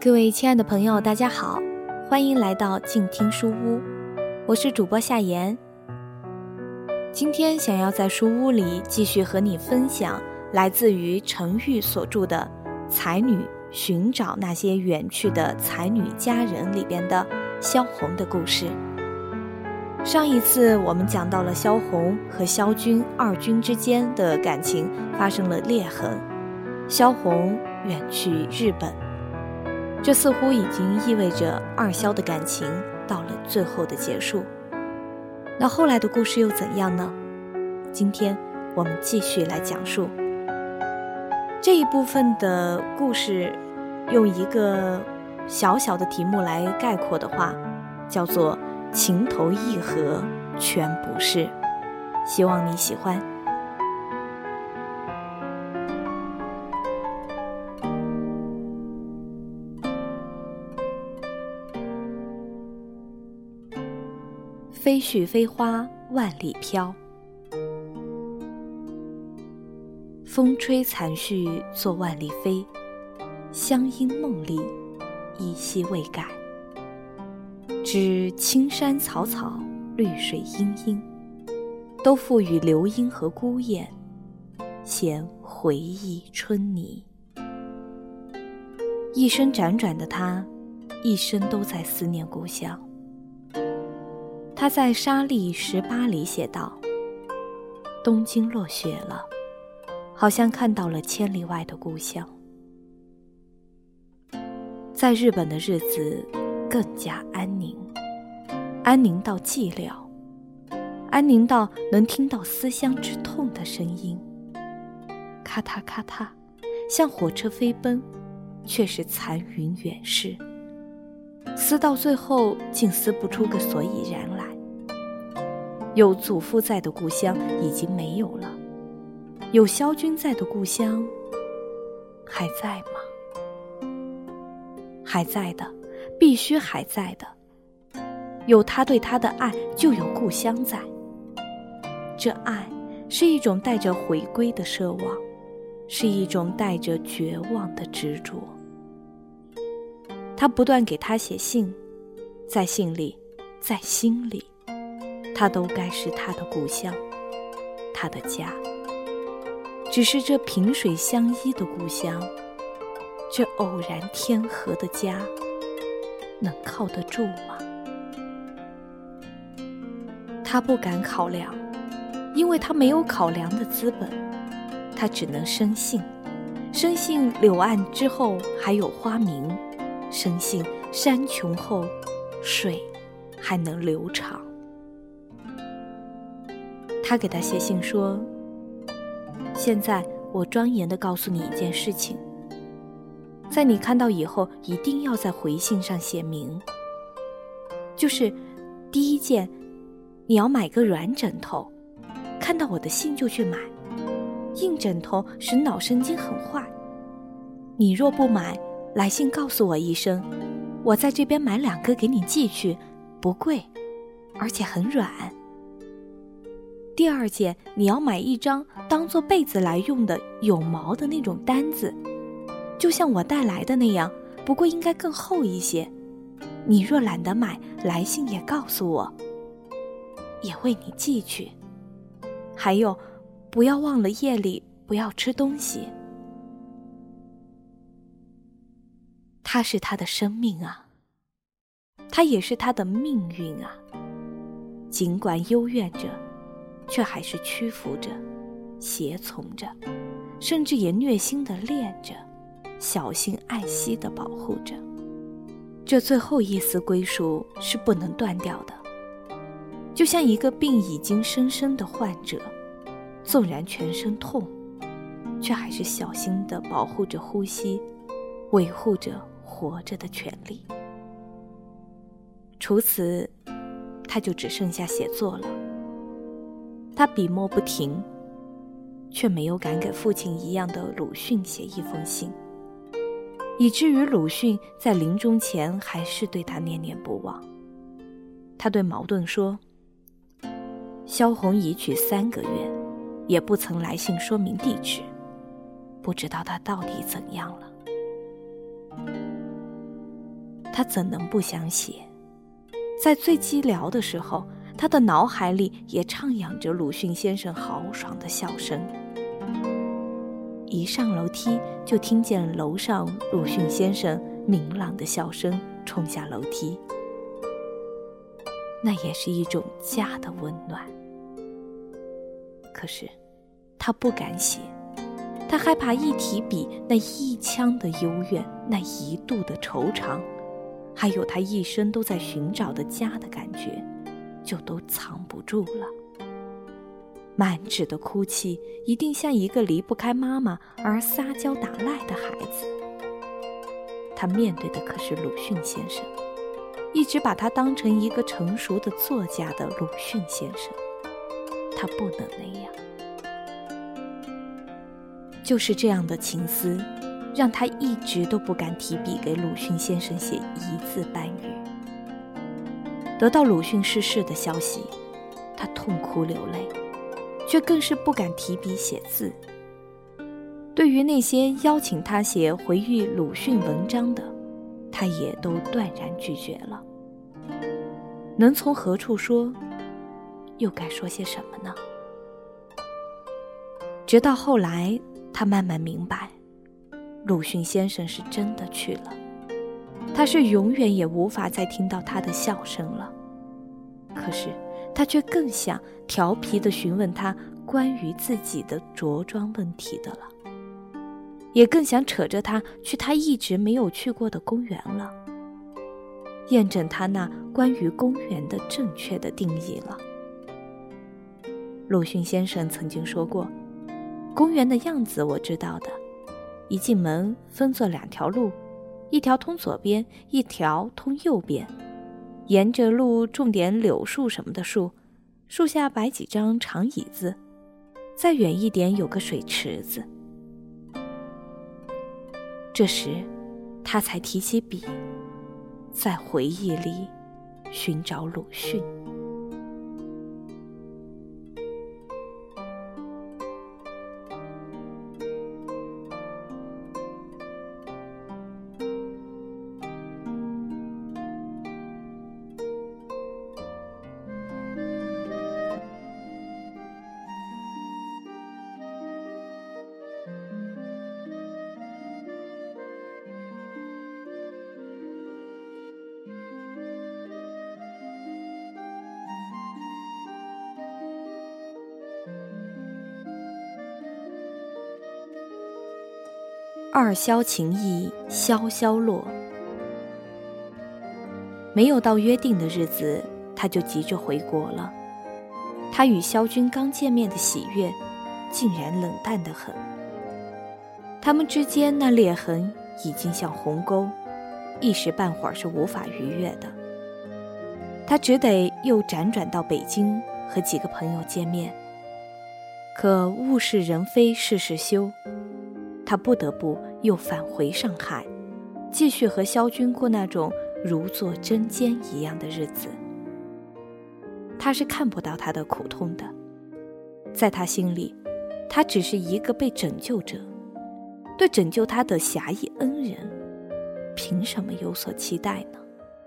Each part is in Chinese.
各位亲爱的朋友，大家好，欢迎来到静听书屋，我是主播夏言。今天想要在书屋里继续和你分享来自于程昱所著的《才女寻找那些远去的才女佳人》里边的萧红的故事。上一次我们讲到了萧红和萧军二军之间的感情发生了裂痕，萧红远去日本，这似乎已经意味着二萧的感情到了最后的结束。那后来的故事又怎样呢？今天我们继续来讲述这一部分的故事，用一个小小的题目来概括的话，叫做情投意合全不是。希望你喜欢。飞絮飞花万里飘，风吹残絮作万里飞，乡音梦里依稀未改。知青山草草，绿水阴阴，都付与流莺和孤雁，衔回忆春泥。一生辗转的他，一生都在思念故乡。他在《沙砾18》里写道：东京落雪了，好像看到了千里外的故乡。在日本的日子更加安宁，安宁到寂寥，安宁到能听到思乡之痛的声音，咔嗒咔嗒，像火车飞奔，却是残云远逝，撕到最后竟撕不出个所以然来。有祖父在的故乡已经没有了，有萧军在的故乡还在吗？还在的，必须还在的。有他对他的爱，就有故乡在。这爱是一种带着回归的奢望，是一种带着绝望的执着。他不断给他写信，在信里，在心里，他都该是他的故乡，他的家。只是这萍水相依的故乡，这偶然天和的家，能靠得住吗？他不敢考量，因为他没有考量的资本，他只能深信，深信柳暗之后还有花明，深信山穷后水还能流长。他给他写信说，现在我庄严地告诉你一件事情，在你看到以后一定要在回信上写明，就是第一件，你要买个软枕头，看到我的信就去买，硬枕头使脑神经很坏。你若不买，来信告诉我一声，我在这边买2个给你寄去，不贵，而且很软。第二件，你要买一张当做被子来用的有毛的那种单子，就像我带来的那样，不过应该更厚一些。你若懒得买，来信也告诉我，也为你寄去。还有，不要忘了夜里不要吃东西。他是他的生命啊，他也是他的命运啊。尽管幽怨着，却还是屈服着，胁从着，甚至也虐心地恋着，小心爱惜地保护着。这最后一丝归属是不能断掉的，就像一个病已经深深的患者，纵然全身痛，却还是小心地保护着呼吸，维护着活着的权利。除此，他就只剩下写作了。他笔墨不停，却没有敢给父亲一样的鲁迅写一封信，以至于鲁迅在临终前还是对他念念不忘。他对茅盾说，萧红已娶3个月，也不曾来信说明地址，不知道他到底怎样了。 他怎能不想写？在最寂寥的时候，他的脑海里也唱扬着鲁迅先生豪爽的笑声。一上楼梯，就听见楼上鲁迅先生明朗的笑声冲下楼梯。那也是一种家的温暖。可是他不敢写，他害怕一提笔，那一腔的幽怨，那一度的惆怅，还有他一生都在寻找的家的感觉，就都藏不住了。满纸的哭泣，一定像一个离不开妈妈而撒娇打赖的孩子。他面对的可是鲁迅先生，一直把他当成一个成熟的作家的鲁迅先生。他不能那样。就是这样的情思，让他一直都不敢提笔给鲁迅先生写一字半语。得到鲁迅逝世的消息，他痛哭流泪，却更是不敢提笔写字。对于那些邀请他写回忆鲁迅文章的，他也都断然拒绝了。能从何处说，又该说些什么呢？直到后来，他慢慢明白，鲁迅先生是真的去了，他是永远也无法再听到他的笑声了。可是他却更想调皮地询问他关于自己的着装问题的了，也更想扯着他去他一直没有去过的公园了，验证他那关于公园的正确的定义了。鲁迅先生曾经说过，公园的样子我知道的，一进门分作2条路，一条通左边，一条通右边，沿着路种点柳树什么的树，树下摆几张长椅子，再远一点有个水池子。这时他才提起笔，在回忆里寻找鲁迅。二萧情意萧萧落。没有到约定的日子，他就急着回国了。他与萧军刚见面的喜悦，竟然冷淡得很。他们之间那裂痕已经像鸿沟，一时半会儿是无法逾越的。他只得又辗转到北京和几个朋友见面。可物是人非事事休，他不得不又返回上海，继续和萧军过那种如坐针毡一样的日子。他是看不到他的苦痛的，在他心里，他只是一个被拯救者，对拯救他的侠义恩人，凭什么有所期待呢？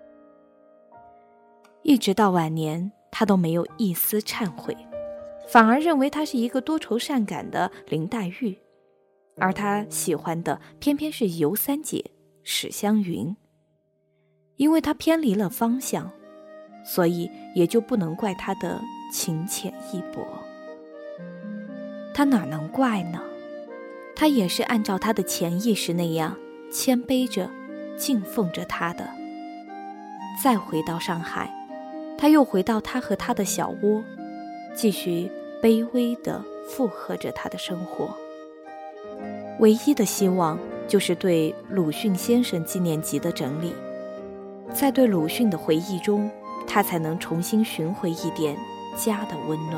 一直到晚年，他都没有一丝忏悔，反而认为他是一个多愁善感的林黛玉，而他喜欢的偏偏是尤三姐史湘云。因为他偏离了方向，所以也就不能怪他的情浅意薄。他哪能怪呢？他也是按照他的潜意识那样谦卑着敬奉着他的。再回到上海，他又回到他和他的小窝，继续卑微地附和着他的生活。唯一的希望就是对鲁迅先生纪念集的整理，在对鲁迅的回忆中，他才能重新寻回一点家的温暖。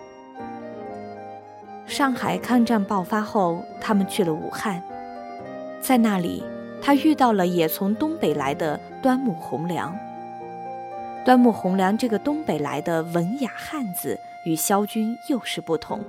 上海抗战爆发后，他们去了武汉，在那里他遇到了也从东北来的端木蕻良。端木蕻良这个东北来的文雅汉子与萧军又是不同。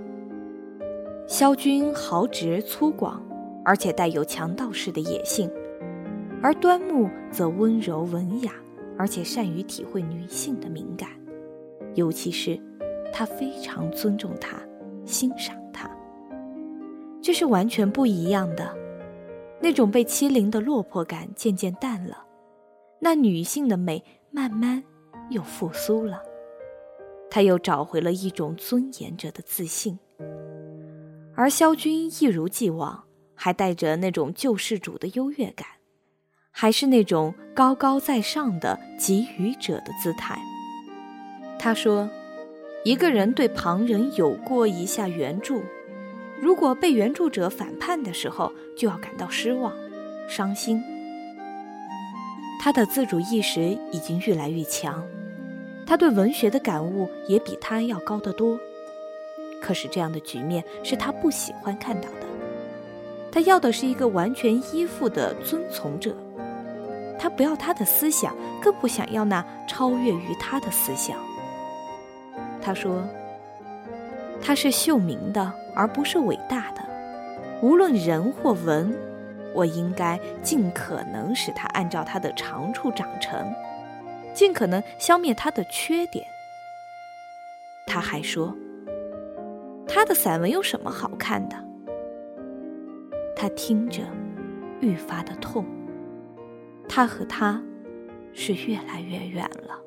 萧军豪直粗犷，而且带有强盗式的野性， 而端木则温柔文雅，而且善于体会女性的敏感，尤其是他非常尊重她，欣赏她。这是完全不一样的，那种被欺凌的落魄感渐渐淡了，那女性的美慢慢又复苏了，她又找回了一种尊严着的自信。而萧军一如既往，还带着那种救世主的优越感，还是那种高高在上的给予者的姿态。他说，一个人对旁人有过一下援助，如果被援助者反叛的时候，就要感到失望、伤心。他的自主意识已经越来越强，他对文学的感悟也比他要高得多。可是这样的局面是他不喜欢看到的，他要的是一个完全依附的遵从者，他不要他的思想，更不想要那超越于他的思想。他说，他是秀明的，而不是伟大的，无论人或文，我应该尽可能使他按照他的长处长成，尽可能消灭他的缺点。他还说，他的散文有什么好看的？他听着愈发的痛，他和他是越来越远了。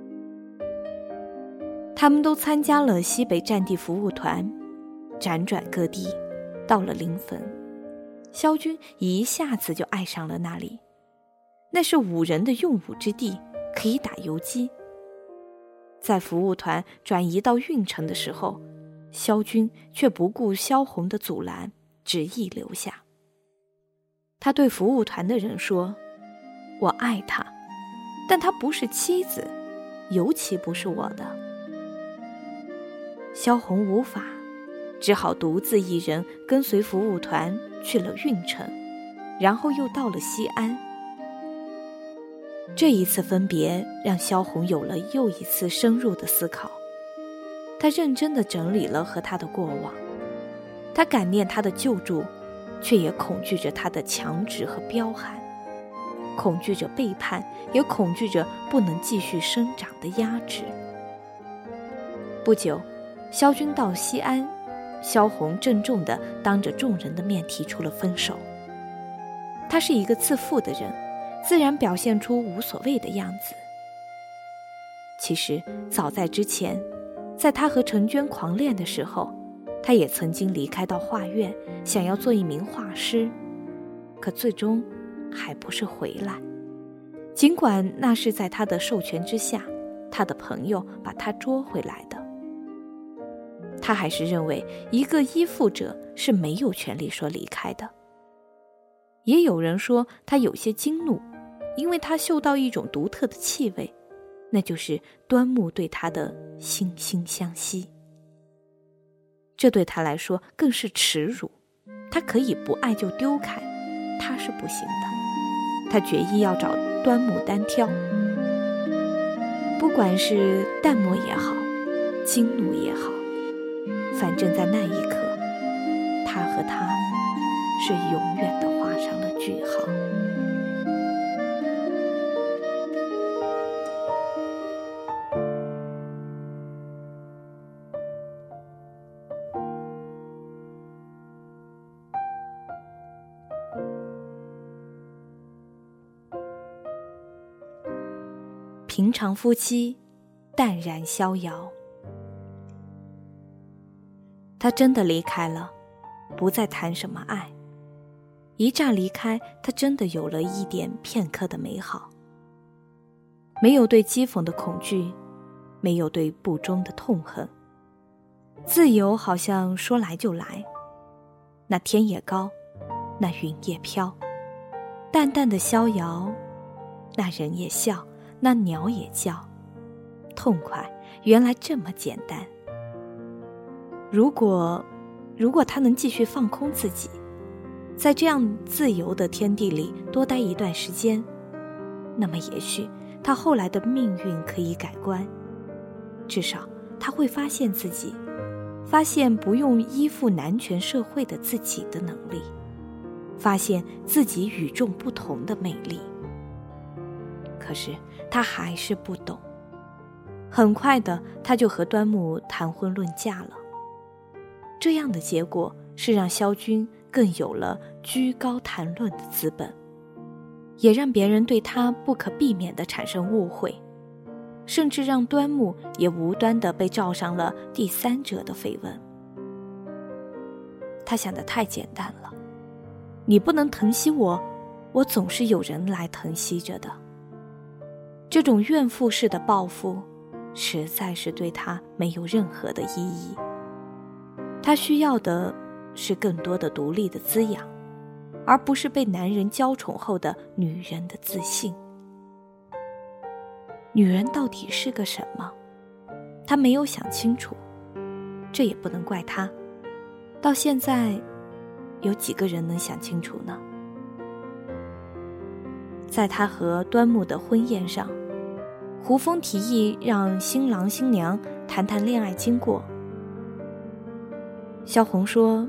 他们都参加了西北战地服务团，辗转各地，到了临汾，萧军一下子就爱上了那里。那是武人的用武之地，可以打游击。在服务团转移到运城的时候，萧军却不顾萧红的阻拦，执意留下。他对服务团的人说，我爱她，但她不是妻子，尤其不是我的。萧红无法，只好独自一人跟随服务团去了运城，然后又到了西安。这一次分别让萧红有了又一次深入的思考，他认真地整理了和他的过往，他感念他的救助，却也恐惧着他的强执和彪悍，恐惧着背叛，也恐惧着不能继续生长的压制。不久，萧军到西安，萧红郑重地当着众人的面提出了分手。他是一个自负的人，自然表现出无所谓的样子。其实早在之前，在他和陈娟狂恋的时候，他也曾经离开到画院，想要做一名画师，可最终还不是回来。尽管那是在他的授权之下，他的朋友把他捉回来的。他还是认为一个依附者是没有权利说离开的。也有人说他有些惊怒，因为他嗅到一种独特的气味，那就是端木对他的惺惺相惜。这对他来说更是耻辱，他可以不爱就丢开，他是不行的。他决意要找端木单挑，不管是淡漠也好，惊怒也好，反正在那一刻，他和他是永远地画上了句号。平常夫妻，淡然逍遥。他真的离开了，不再谈什么爱。一乍离开，他真的有了一点片刻的美好。没有对讥讽的恐惧，没有对不忠的痛恨。自由好像说来就来，那天也高，那云也飘，淡淡的逍遥，那人也笑，那鸟也叫，痛快原来这么简单。如果他能继续放空自己，在这样自由的天地里多待一段时间，那么也许他后来的命运可以改观。至少他会发现自己，发现不用依附男权社会的自己的能力， 发现自己与众不同的魅力。可是他还是不懂，很快的他就和端木谈婚论嫁了。这样的结果是让萧军更有了居高谈论的资本，也让别人对他不可避免地产生误会，甚至让端木也无端地被罩上了第三者的绯闻。他想得太简单了，你不能疼惜我，我总是有人来疼惜着的。这种怨妇式的报复实在是对他没有任何的意义。他需要的是更多的独立的滋养，而不是被男人娇宠后的女人的自信。女人到底是个什么？他没有想清楚，这也不能怪他。到现在，有几个人能想清楚呢？在他和端木的婚宴上，胡枫提议让新郎新娘谈谈恋爱经过。萧红说，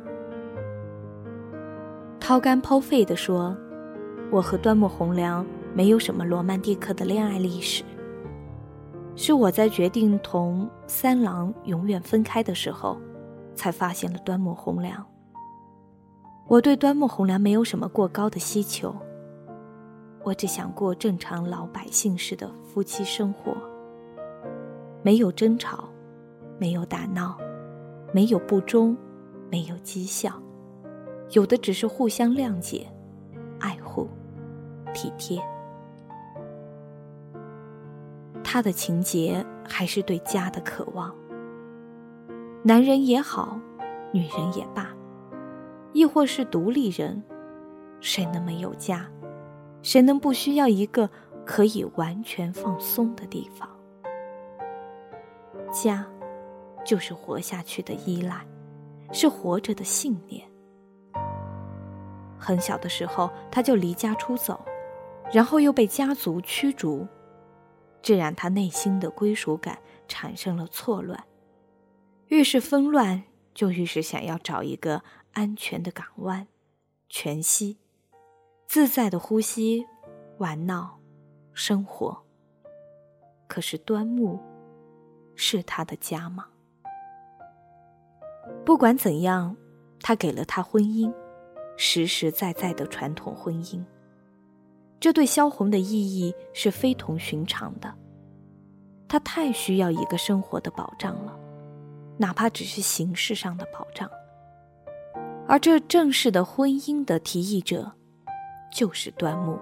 掏肝剖肺地说，我和端木蕻良没有什么罗曼蒂克的恋爱历史，是我在决定同三郎永远分开的时候才发现了端木蕻良。我对端木蕻良没有什么过高的希求，我只想过正常老百姓式的夫妻生活，没有争吵，没有打闹，没有不忠，没有讥笑，有的只是互相谅解、爱护、体贴。他的情结还是对家的渴望，男人也好，女人也罢，亦或是独立人，谁能没有家？谁能不需要一个可以完全放松的地方？家就是活下去的依赖，是活着的信念。很小的时候他就离家出走，然后又被家族驱逐，这让他内心的归属感产生了错乱。越是纷乱，就越是想要找一个安全的港湾，全息自在的呼吸、玩闹、生活。可是端木是他的家吗？不管怎样，他给了他婚姻，实实在在的传统婚姻。这对萧红的意义是非同寻常的。他太需要一个生活的保障了，哪怕只是形式上的保障。而这正式的婚姻的提议者就是端木。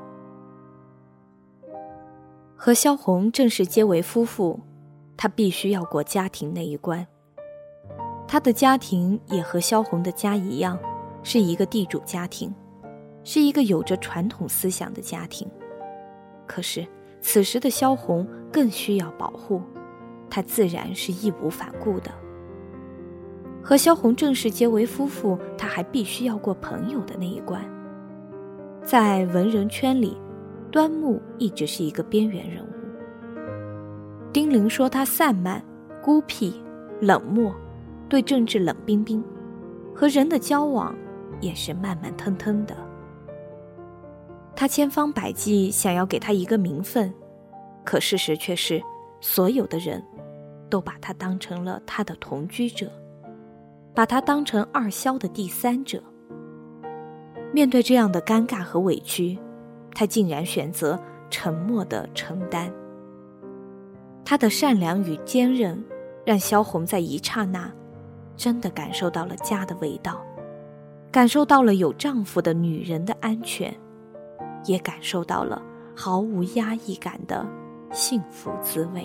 和萧红正式结为夫妇，他必须要过家庭那一关。他的家庭也和萧红的家一样，是一个地主家庭，是一个有着传统思想的家庭。可是此时的萧红更需要保护，他自然是义无反顾的。和萧红正式结为夫妇，他还必须要过朋友的那一关。在文人圈里，端木一直是一个边缘人物。丁玲说他散漫、孤僻、冷漠，对政治冷冰冰，和人的交往也是慢慢腾腾的。他千方百计想要给他一个名分，可事实却是所有的人都把他当成了他的同居者，把他当成二萧的第三者。面对这样的尴尬和委屈，他竟然选择沉默地承担。他的善良与坚韧让萧红在一刹那真的感受到了家的味道，感受到了有丈夫的女人的安全，也感受到了毫无压抑感的幸福滋味。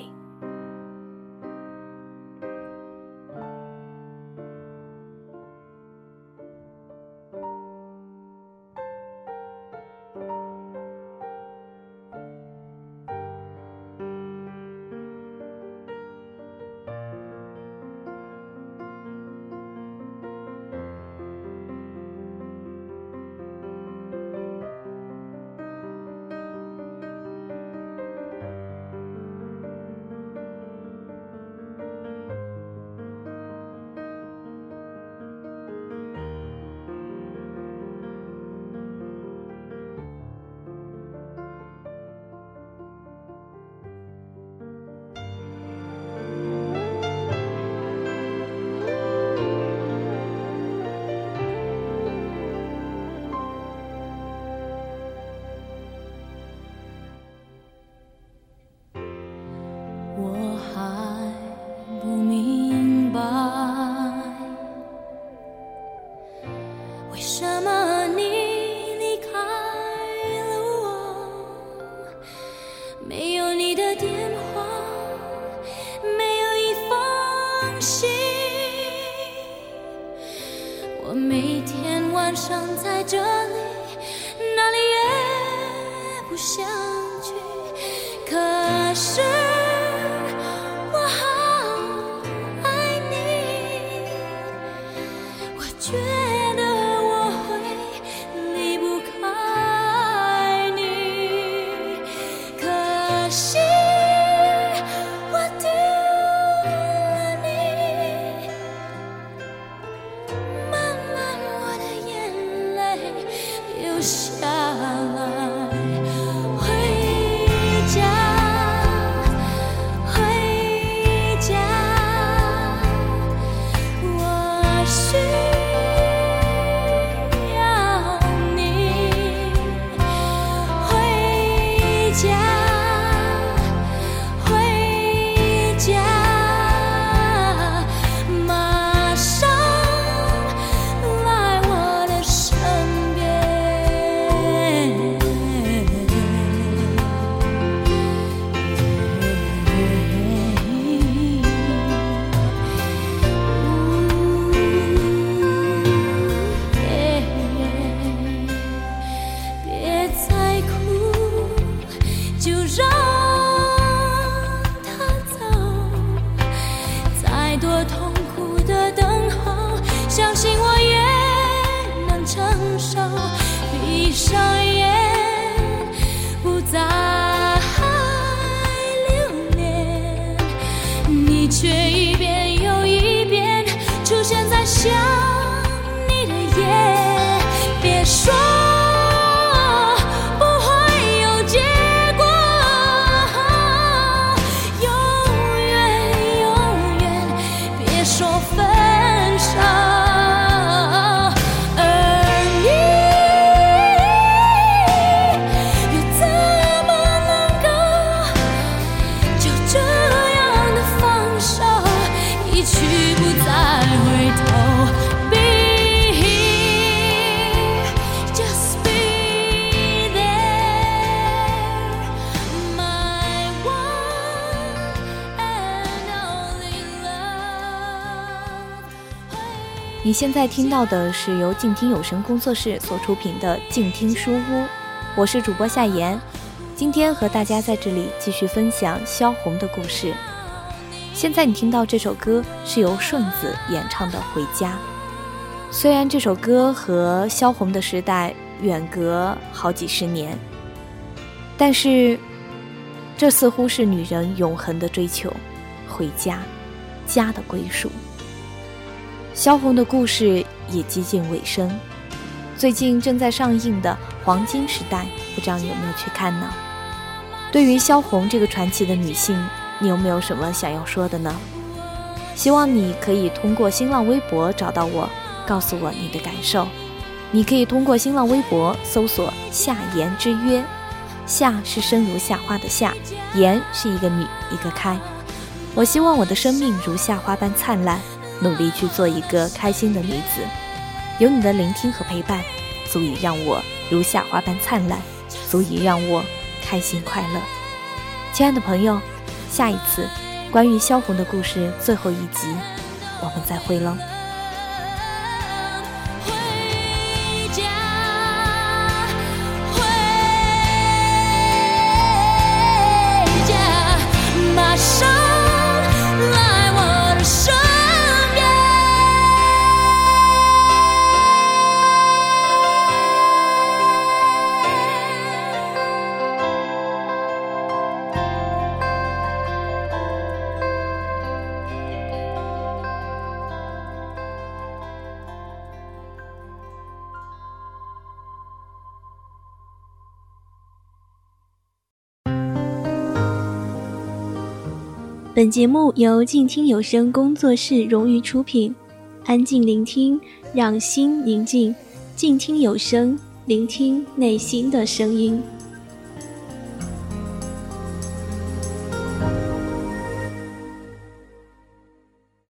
我每天晚上在这里，哪里也不想去，可是我好爱你，我觉得我会离不开你，可惜我丢了你，慢慢我的眼泪流下来。闭上眼，不再留恋，你却一遍又一遍出现在想你的夜。别说不会有结果，永远永远别说分手。 你现在听到的是由静听有声工作室所出品的静听书屋，我是主播夏言，今天和大家在这里继续分享萧红的故事。现在你听到这首歌是由顺子演唱的《回家》，虽然这首歌和萧红的时代远隔好几十年，但是这似乎是女人永恒的追求，回家，家的归属。萧红的故事也接近尾声，最近正在上映的《黄金时代》，不知道你有没有去看呢？对于萧红这个传奇的女性，你有没有什么想要说的呢？希望你可以通过新浪微博找到我，告诉我你的感受。你可以通过新浪微博搜索夏言之约，夏是生如夏花的夏，言是一个女一个开。我希望我的生命如夏花般灿烂，努力去做一个开心的女子，有你的聆听和陪伴，足以让我如夏花般灿烂，足以让我开心快乐。亲爱的朋友，下一次关于萧红的故事最后一集，我们再会喽。 马上来我的身边。 本节目由静听有声工作室荣誉出品，安静聆听，让心宁静，静听有声，聆听内心的声音。